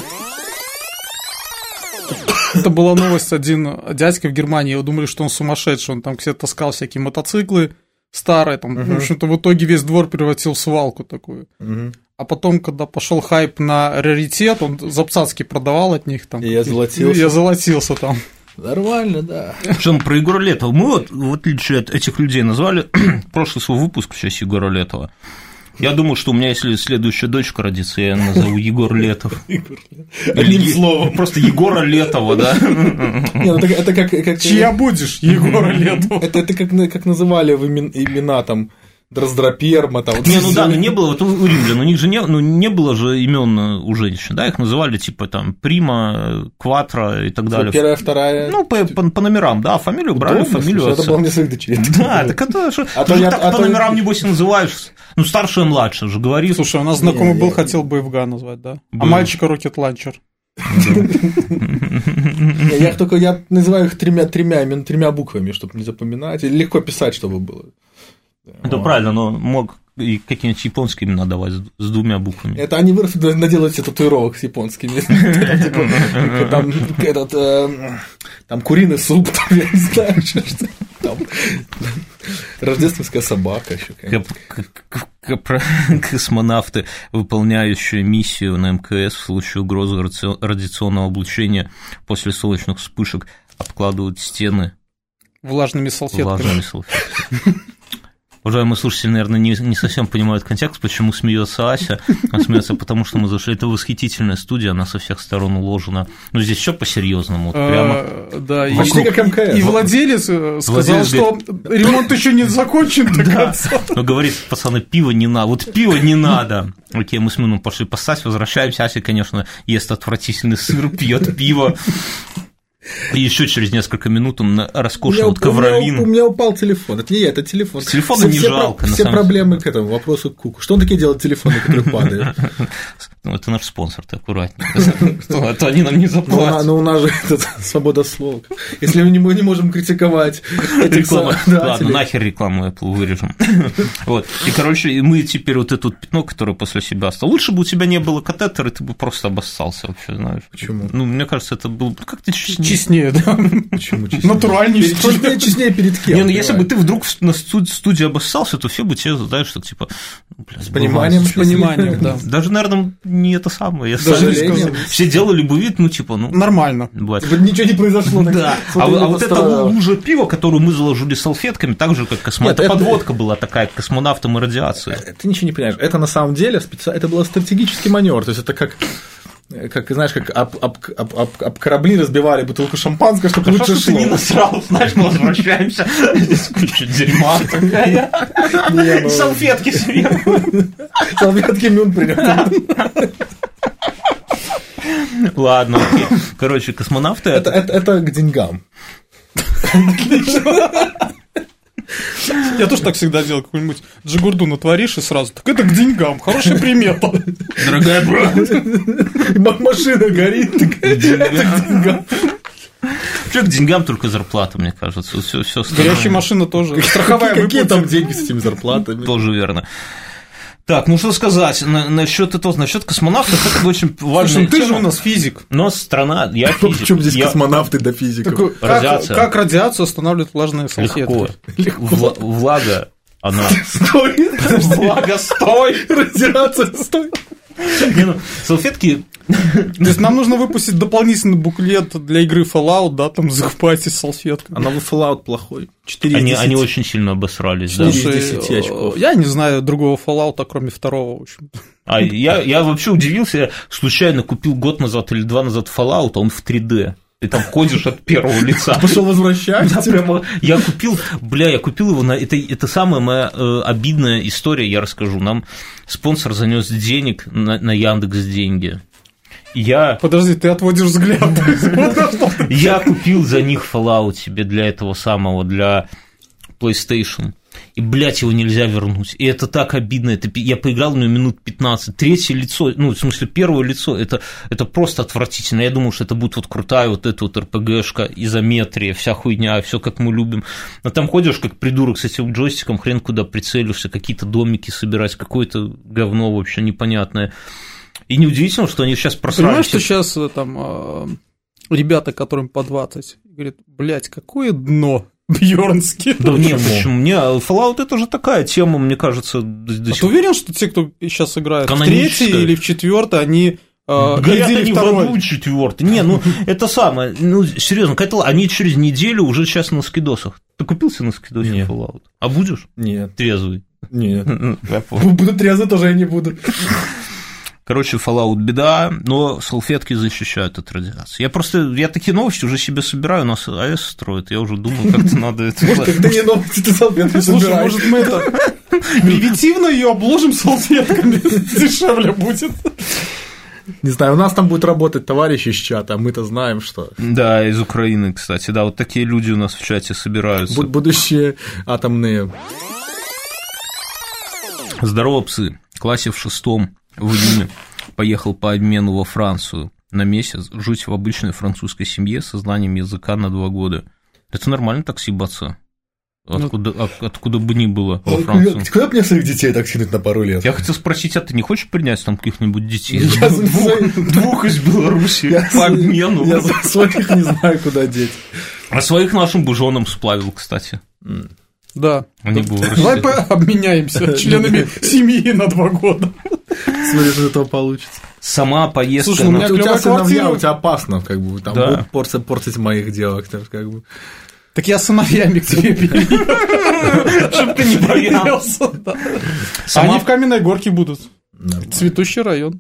Это была новость, один дядька в Германии, его думали, что он сумасшедший, он там где-то таскал всякие мотоциклы, старое, там, в общем-то, в итоге весь двор превратил в свалку такую. А потом, когда пошел хайп на раритет, он запцацки продавал от них там. И я золотился. Я золотился там. Нормально, да. Причем про Егора Летова. Мы вот, в отличие от этих людей, назвали прошлый свой выпуск в честь Егора Летова. Я думаю, что у меня, если следующая дочка родится, я ее назову Егор Летов. Одним словом. Просто Егора Летова, да? Это как... Чья будешь, Егора Летова? Это как называли имена там Дроздроперма, там. Не, ну да, но не было, вот у римлян, у них же не было же имен у женщин, да, их называли типа там Прима, Кватро и так далее. Первая, вторая. Ну, по номерам, да, фамилию брали, фамилию отца. Это было мне своих дочерей. Да, так это что, так по номерам, небось, и называешь, ну, старшая, младшая же, говори. Слушай, у нас знакомый был, хотел БФГ назвать, да? А мальчика Рокет Ланчер. Я называю их тремя буквами, чтобы не запоминать, и легко писать, чтобы было. Это правильно, но мог и какие-нибудь японские имена давать с двумя буквами. Это они выросли наделать татуировок с японскими. Там куриный суп, я не знаю, что там. Рождественская собака еще. Космонавты, выполняющие миссию на МКС в случае угрозы радиационного облучения после солнечных вспышек, обкладывают стены влажными салфетками. Уважаемые слушатели, наверное, не совсем понимают контекст, почему смеется Ася. Она смеется, потому что мы зашли. Это восхитительная студия, она со всех сторон уложена. Ну, здесь все по-серьезному. Прямо. Да, почти как МКС. И владелец сказал, что ремонт еще не закончен до конца. Но говорит, пацаны, пиво не надо. Вот пиво не надо. Окей, мы с Мином пошли поссать, возвращаемся. Ася, конечно, ест отвратительный сыр, пьет пиво. И еще через несколько минут он роскошный вот ковролин. У меня упал телефон. Это не я, это телефон. Телефона не жалко. Все проблемы к этому вопросу к Куку. Что он такие делает телефоны, которые падают? Ну, это наш спонсор, ты аккуратненько. А то они нам не заплатят. Но у нас же свобода слова. Если мы не можем критиковать рекламу. Ладно, нахер рекламу Apple вырежем. Вот. И, короче, мы теперь вот это пятно, которое после себя осталось. Лучше бы у тебя не было катетера, и ты бы просто обоссался вообще, знаешь. Почему? Ну, мне кажется, это было как-то честнее, да? Почему честнее? Натуральнее. Честнее перед кем? Не, ну если бы ты вдруг на студии обоссался, то все бы тебе задают, что типа. С пониманием. С пониманием, да. Даже, наверное, не это самое. Все делали бы вид, ну, типа, ну. Нормально. Ничего не произошло. Да. А вот эта лужа пива, которую мы заложили салфетками, так же, как космонавт. Это подводка была такая к космонавтам и радиации. Ты ничего не понимаешь. Это на самом деле это был стратегический маневр. То есть это как знаешь, как об корабли разбивали бутылку шампанского, чтобы лучше шло. Ты не насрал, знаешь, мы возвращаемся, здесь куча дерьма такая, салфетки сверху. Салфетки Мюн принес. Ладно, окей. Короче, космонавты... Это к деньгам. Я тоже так всегда делал, какую-нибудь джигурду натворишь и сразу, так это к деньгам, хорошая примета. Дорогая брат. Машина горит, это к деньгам. Вообще к деньгам только зарплата, мне кажется. Все горящая машина тоже. Страховая выплата. Какие там деньги с этими зарплатами? Тоже верно. Так, ну что сказать насчет космонавтов, это очень важно. Ты же у нас физик. Но страна, я физик. Причем здесь космонавты до физиков? Радиация. Как радиацию останавливают влажные салфетки? Легко. Влага, она... Стой! Влага, стой! Радиация, стой! Салфетки... То есть нам нужно выпустить дополнительный буклет для игры Fallout, да, там закупайтесь салфетками. А новый Fallout плохой. 4 из 10. Они очень сильно обосрались, да. 4 из 10 очков. Я не знаю другого Fallout, кроме второго, в общем. А я вообще удивился, я случайно купил год назад или 2 назад Fallout, а он в 3D. Ты там ходишь от первого лица. Пошел возвращать. Да, прямо. Я купил его на. Это самая моя обидная история, я расскажу. Нам спонсор занес денег на Яндекс.Деньги. Подожди, ты отводишь взгляд. Я купил за них Fallout себе для этого самого, для PlayStation. И, блядь, его нельзя вернуть. И это так обидно. Я поиграл в него минут 15. Третье лицо, ну, в смысле, первое лицо, это просто отвратительно. Я думал, что это будет вот крутая вот эта вот РПГшка, изометрия, вся хуйня, все как мы любим. Но там ходишь как придурок с этим джойстиком, хрен куда прицелишься, какие-то домики собирать, какое-то говно вообще непонятное. И неудивительно, что они сейчас просрали. Понимаешь, что сейчас там ребята, которым по 20, говорят, блядь, какое дно. Бьёрнский. Да нет, почему? Не, Fallout это же такая тема, мне кажется, до ты уверен, что те, кто сейчас играет в третий или в четвертый, они говорят, они в одну четвертый. Не, ну это самое, ну серьезно, они через неделю уже сейчас на скидосах. Ты купился на скидосе Fallout? А будешь? Нет. Трезвый? Нет. Буду трезвый, тоже я не буду. Короче, Fallout беда, но салфетки защищают от радиации. Я такие новости уже себе собираю, нас АЭС строит, я уже думаю, как-то надо это... Может, когда не новости, ты салфетки собираешь. Слушай, может, мы это превентивно ее обложим салфетками, дешевле будет. Не знаю, у нас там будут работать товарищи из чата, а мы-то знаем, что... Да, из Украины, кстати, да, вот такие люди у нас в чате собираются. Будущие атомные. Здорово, псы. В классе в 6-м в июне поехал по обмену во Францию на месяц жить в обычной французской семье со знанием языка на 2 года. Это нормально так съебаться? Откуда бы ни было во Францию. Куда мне своих детей так кинуть на пару лет? Я хотел спросить, а ты не хочешь принять там каких-нибудь детей? Двух из Беларуси по обмену. Я своих не знаю, куда деть. А своих нашим бы женам сплавил, кстати. Да. Давай обменяемся членами семьи на 2 года. Смотри, что этого получится. Сама поездка... Слушай, у тебя сыновья, у тебя опасно, как бы, там будут портить моих девок, как бы. Так я с сыновьями к тебе переехал. Чтоб ты не боялся. Они в Каменной Горке будут. Цветущий район.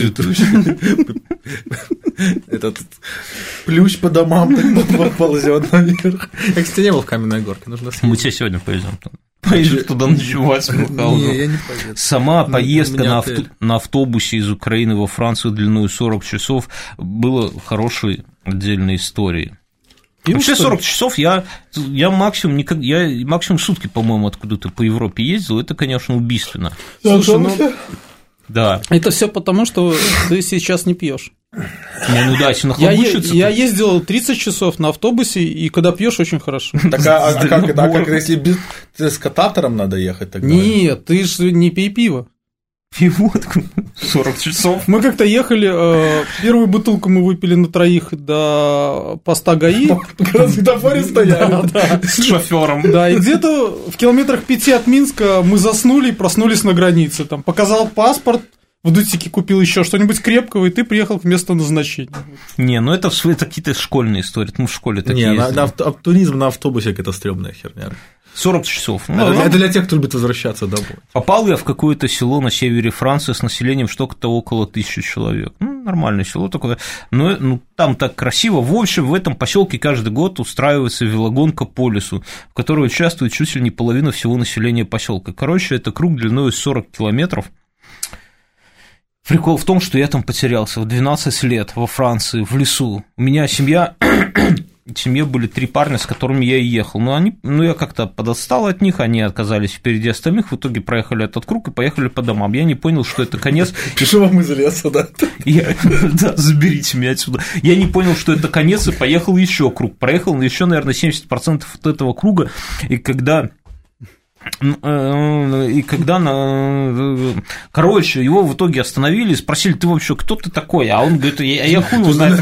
Этот плющ по домам ползет наверх. Я, кстати, не был в Каменной Горке. Мы тебя сегодня повезем. Поедешь туда ночевать. Не, я не поеду. Сама поездка на автобусе из Украины во Францию длиной 40 часов была хорошей отдельной историей. Вообще 40 часов я максимум сутки, по-моему, откуда-то по Европе ездил, это, конечно, убийственно. Слушай, да. Это все потому, что ты сейчас не пьешь. Ну да, если нахлобучиться. Я ездил 30 часов на автобусе, и когда пьешь, очень хорошо. Так, а как, если с кататором надо ехать тогда? Нет, ты же не пей пиво. Пивотку 40 часов. Мы как-то ехали, первую бутылку мы выпили на 3 до поста ГАИ. На светофоре стояли. С шофёром. Да, и где-то в километрах 5 от Минска мы заснули и проснулись на границе. Там показал паспорт, в Дутике купил еще что-нибудь крепкого, и ты приехал к месту назначения. Не, ну это какие-то школьные истории, мы в школе такие ездили. Не, туризм на автобусе – это стрёмная херня. 40 часов. Это для тех, кто любит возвращаться домой. Попал я в какое-то село на севере Франции с населением что-то около 1000 человек. Нормальное село такое. Но там так красиво. В общем, в этом поселке каждый год устраивается велогонка по лесу, в которой участвует чуть ли не половина всего населения поселка. Короче, это круг длиной 40 километров. Прикол в том, что я там потерялся в 12 лет во Франции, в лесу. У меня в семье были 3 парня, с которыми я и ехал. Я как-то подотстал от них, они оказались впереди остальных, в итоге проехали этот круг и поехали по домам. Я не понял, что это конец. Пишу вам из леса, да? Да, заберите меня отсюда. Я не понял, что это конец, и поехал еще круг. Проехал еще, наверное, 70% от этого круга, и когда короче, его в итоге остановили и спросили, ты вообще кто ты такой? А он говорит, я хуй его знаю.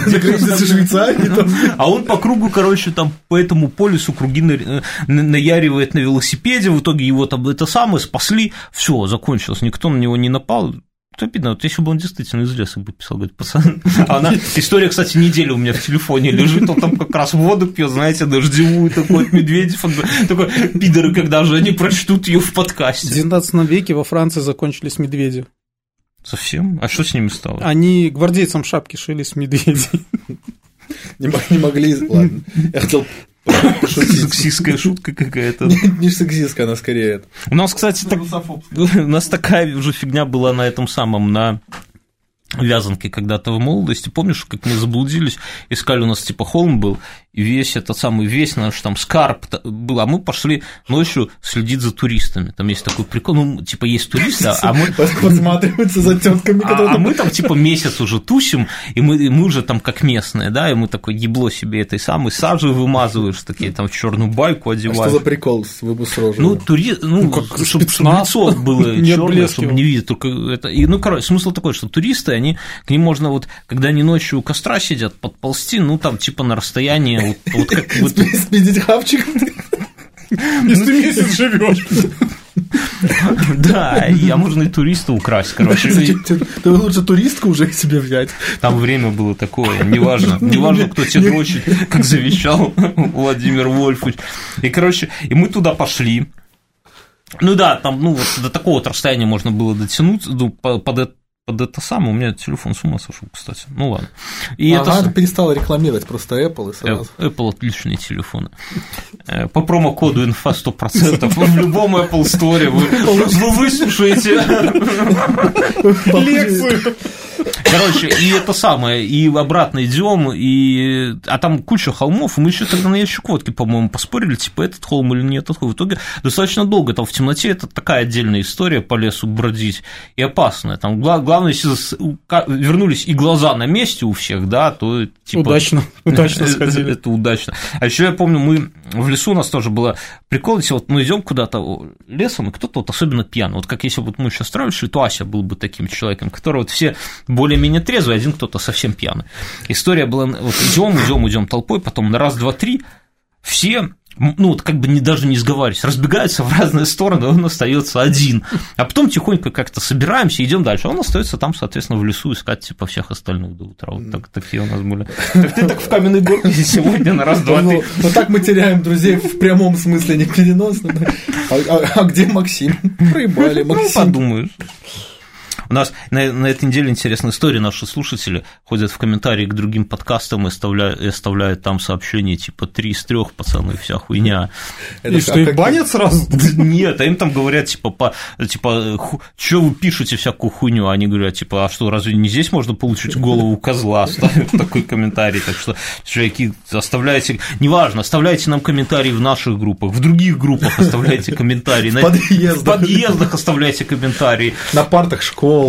А он по кругу, короче, там по этому полюсу круги наяривает на велосипеде, в итоге его там это самое спасли, все, закончилось, никто на него не напал. Это обидно, вот если бы он действительно из леса бы писал, говорит, пацан, история, кстати, неделю у меня в телефоне лежит, он там как раз воду пьет, знаете, дождевую, такой Медведев, такой, пидоры, когда же они прочтут ее в подкасте. В 19 веке во Франции закончились медведи. Совсем? А что с ними стало? Они гвардейцам шапки шили с медведей. Не могли, ладно, я хотел... Сексистская шутка какая-то. Не сексистская, она скорее. У нас, кстати, у нас такая уже фигня была на этом самом, на Вязанке когда-то в молодости. Помнишь, как мы заблудились, искали, у нас типа холм был, и весь этот самый, весь наш там скарб был, а мы пошли ночью следить за туристами. Там есть такой прикол, типа есть туристы, а мы... Подсматриваются за тётками, которые... А мы там типа месяц уже тусим, и мы уже там как местные, да, и мы такое ебло себе этой самой сажи вымазываешь, такие там в черную байку одеваешь. А что за прикол с рожей? Чтобы лицо было черное, чтобы не видеть, только это... короче, смысл такой, что туристы, они к ним можно вот, когда они ночью у костра сидят, подползти, ну, там, типа, на расстоянии, вот как... Спиздить хавчик. Если ты месяц живешь. Да, а можно и туриста украсть, короче. Ты лучше туристку уже к себе взять. Там время было такое, неважно, кто тебе дрочит, как завещал Владимир Вольфович. И, короче, и мы туда пошли. Ну да, там, ну, вот до такого вот расстояния можно было дотянуть, ну, под это самое, у меня телефон с ума сошел, кстати. Ну ладно. И это перестала рекламировать просто Apple и сразу. Apple отличные телефоны. По промокоду инфа 100% в любом Apple Store вы выслушаете лекцию. Короче, и это самое, и обратно идем, а там куча холмов, и мы еще тогда на ящик водки, по-моему, поспорили, типа, этот холм или нет, этот холм. В итоге достаточно долго, там в темноте это такая отдельная история по лесу бродить, и опасная. Там главное, если вернулись и глаза на месте у всех, да, то типа... Удачно сходили. Это удачно. А еще я помню, мы в лесу, у нас тоже было прикол, если вот мы идем куда-то лесом, и кто-то вот особенно пьяный, вот как если вот мы сейчас строили, то Ася был бы таким человеком, который вот все более-менее трезвый, один кто-то совсем пьяный. История была, вот идем толпой, потом на раз, два, три все, ну вот как бы даже не сговариваясь, разбегаются в разные стороны, он остается один, а потом тихонько как-то собираемся, идем дальше, он остается там, соответственно, в лесу искать типа всех остальных до утра, вот такие у нас были. Так ты так в каменной горке сегодня на раз, два, три. Ну так мы теряем друзей в прямом смысле, не переносно. А где Максим? Проебали Максим. Ну, подумаешь. У нас на этой неделе интересная история, наши слушатели ходят в комментарии к другим подкастам и оставляют там сообщения типа 3 из 3, пацаны, вся хуйня. И что, их банят сразу? Нет, а им там говорят, типа, что вы пишете всякую хуйню, они говорят, типа, а что, разве не здесь можно получить голову козла, ставят такой комментарий, так что, чуваки, оставляйте, неважно, оставляйте нам комментарии в наших группах, в других группах оставляйте комментарии, в подъездах оставляйте комментарии. На партах школ.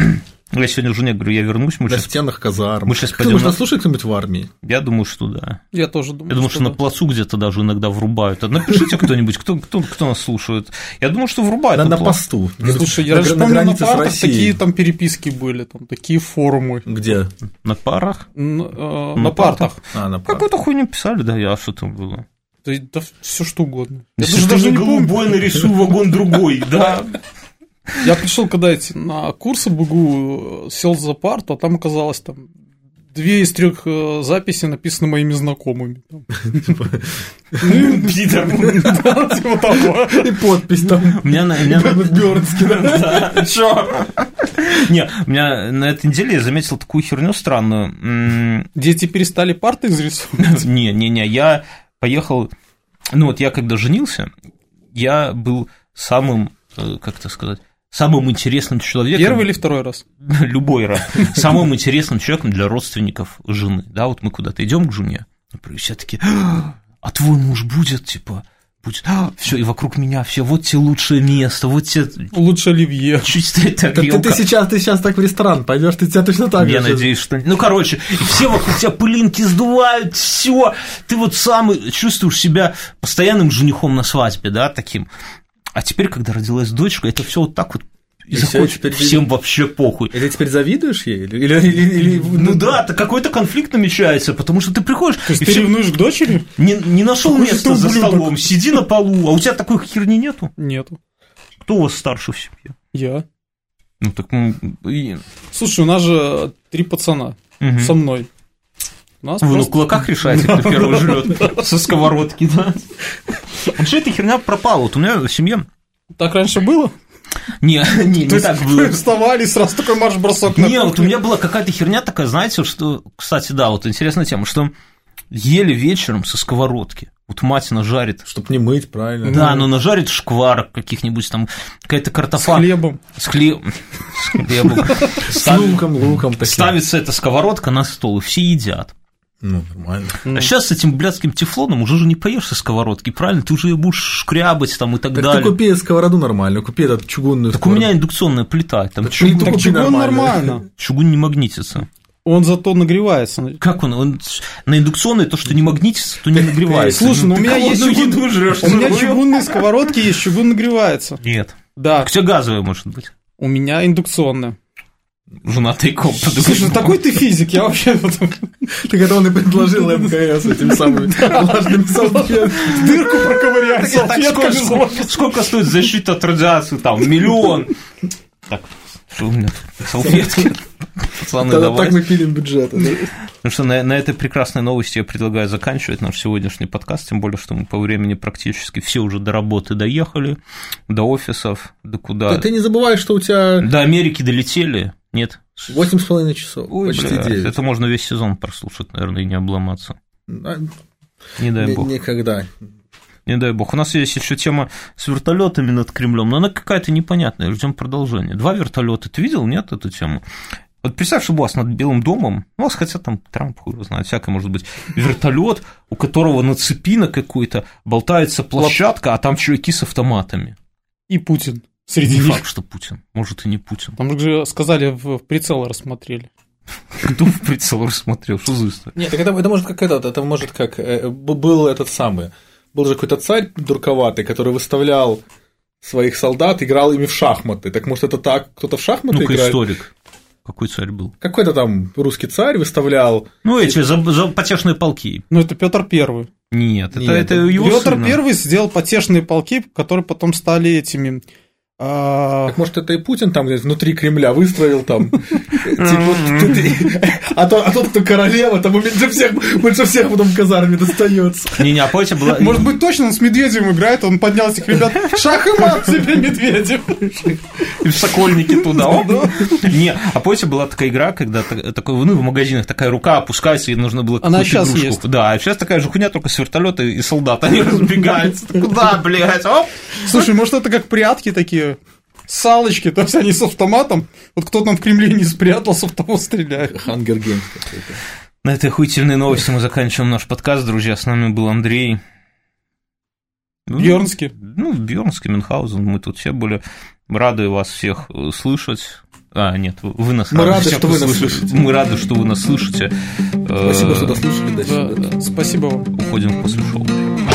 Я сегодня жене говорю, я вернусь, мы на сейчас... стенах казарм. Мы сейчас пойдем. Можно слушать кто-нибудь в армии? Я думаю, что да. Я тоже думаю. Я думаю, что на плацу где-то даже иногда врубают. Напишите кто-нибудь, кто нас слушает. Я думаю, что врубают. На посту. Слушай, я раньше помню, на партах такие там переписки были, там такие форумы. Где? На парах? На партах. Какую-то хуйню писали, да, а что там было? Да все что угодно. Я даже голубой нарисую вагон другой, да. Я пришел, когда на курсы БГУ, сел за парту, а там оказалось там 2 из 3 записей написаны моими знакомыми. Питер. И подпись там. У меня на Бёрнский. Чё? Не, у меня на этой неделе я заметил такую херню странную. Дети перестали парты изрисовывать? Не, я поехал. Ну вот я когда женился, я был самым, как это сказать, самым интересным человеком... Первый или второй раз? Любой раз. Самым интересным человеком для родственников жены. Да, вот мы куда-то идем к жене, и все такие, а твой муж будет, типа, будет, все, и вокруг меня все, вот тебе лучшее место, вот тебе... Лучше оливье. Чистая тарелка. Ты сейчас так в ресторан пойдешь, ты тебя точно так же. Я надеюсь, что... Ну, короче, и все вокруг тебя пылинки сдувают, все, ты вот сам чувствуешь себя постоянным женихом на свадьбе, да, таким... А теперь, когда родилась дочка, это все вот так вот и заходит, всем вообще похуй. И ты теперь завидуешь ей? Или... Ну да, какой-то конфликт намечается, потому что ты приходишь... То есть ты ревнуешь к дочери? Не нашел места за столом, сиди на полу, а у тебя такой херни нету? Нету. Кто у вас старше в семье? Я. Ну так... Слушай, у нас же 3 пацана со мной. Вы на кулаках решаете, кто первый жрет со сковородки, да? А что эта херня пропала? Вот у меня в семье... Так раньше было? Не так было. Вставали, сразу такой марш-бросок. Не, вот у меня была какая-то херня такая, знаете, что... Кстати, да, вот интересная тема, что ели вечером со сковородки. Вот мать нажарит. Чтоб не мыть, правильно. Да, но нажарит шкварок каких-нибудь там, какая-то картофа. С хлебом. С хлебом. С луком. Ставится эта сковородка на стол, и все едят. Ну, нормально. А сейчас с этим блядским тефлоном уже не поешь со сковородки, правильно? Ты уже ее будешь шкрябать там и так далее. Так ты купи сковороду нормальную, купи этот чугунную. Так у меня индукционная плита. Там чугун нормально. Чугун не магнитится. Он зато нагревается. Как он на индукционной то, что не магнитится, то не нагревается. Слушай, ну у меня есть чугунные сковородки, есть чугун нагревается. Нет. Да. У тебя газовая может быть. У меня индукционная. женатый коп. Слушай, такой ты физик, я вообще... Так это он и предложил МКС этими самыми влажными салфетками. Дырку проковырять салфетками. Сколько стоит защита от радиации? Там, 1 миллион. Так, что у меня тут? Салфетки. Пацаны, Тогда давай. так мы пилим бюджеты. Ну что, на этой прекрасной новости я предлагаю заканчивать наш сегодняшний подкаст, тем более, что мы по времени практически все уже до работы доехали, до офисов, до куда. Ты не забывай, что у тебя... До Америки долетели? Нет. 8,5 часов, Ой, почти бля, 9. это можно весь сезон прослушать, наверное, и не обломаться. Не дай бог. Никогда. Не дай бог. У нас есть еще тема с вертолетами над Кремлем, но она какая-то непонятная, ждем продолжения. 2 вертолета, ты видел, нет, эту тему? Вот представь, что у вас над Белым домом, у вас хотя там Трамп, хуй его знает, всякое может быть, вертолет, у которого на цепи на какой-то болтается площадка, а там чуваки с автоматами. И Путин среди Не них. факт, что Путин, может и не Путин. Там же сказали, в прицел рассмотрели. Кто в прицел рассмотрел, что за история? Нет, так это может как это может как был этот самый. Был же какой-то царь дурковатый, который выставлял своих солдат, играл ими в шахматы. Так может это так, кто-то в шахматы Ну-ка, играет? историк. Какой царь был? Какой-то там русский царь выставлял. Ну, эти за потешные полки. Ну, это Петр Первый. Нет, Нет, это его Петр сына. Первый сделал потешные полки, которые потом стали этими. Так может это и Путин там где-то внутри Кремля выстроил там. А тот, кто королева, там больше всех потом в казарме достается. Не-не, а помните, была... Может быть, точно он с Медведевым играет, он поднял этих ребят. Шах и мат себе, Медведев. И в Сокольники туда. Не, а помните, была такая игра, когда такой, ну, в магазинах такая рука опускается, и нужно было Она какую-то сейчас игрушку. есть. Да, а сейчас такая же хуйня, только с вертолета и солдат. Они разбегаются. Куда, блядь? Оп! Слушай, может, это как прятки такие, салочки, то есть они с автоматом, вот кто там в Кремле не спрятался, в того стреляет. Hunger Games какой-то. На этой охуительной новости мы заканчиваем наш подкаст, друзья. С нами был Андрей. Бьернский. Ну, Бьернский, Мюнхгаузен. Мы тут все были рады вас всех слышать. А, нет, вы нас Мы рады, всех что вы нас слышите. слышите. Мы рады, что вы нас слышите. Спасибо, что дослушали до сюда. Да, спасибо вам. Уходим после шоу.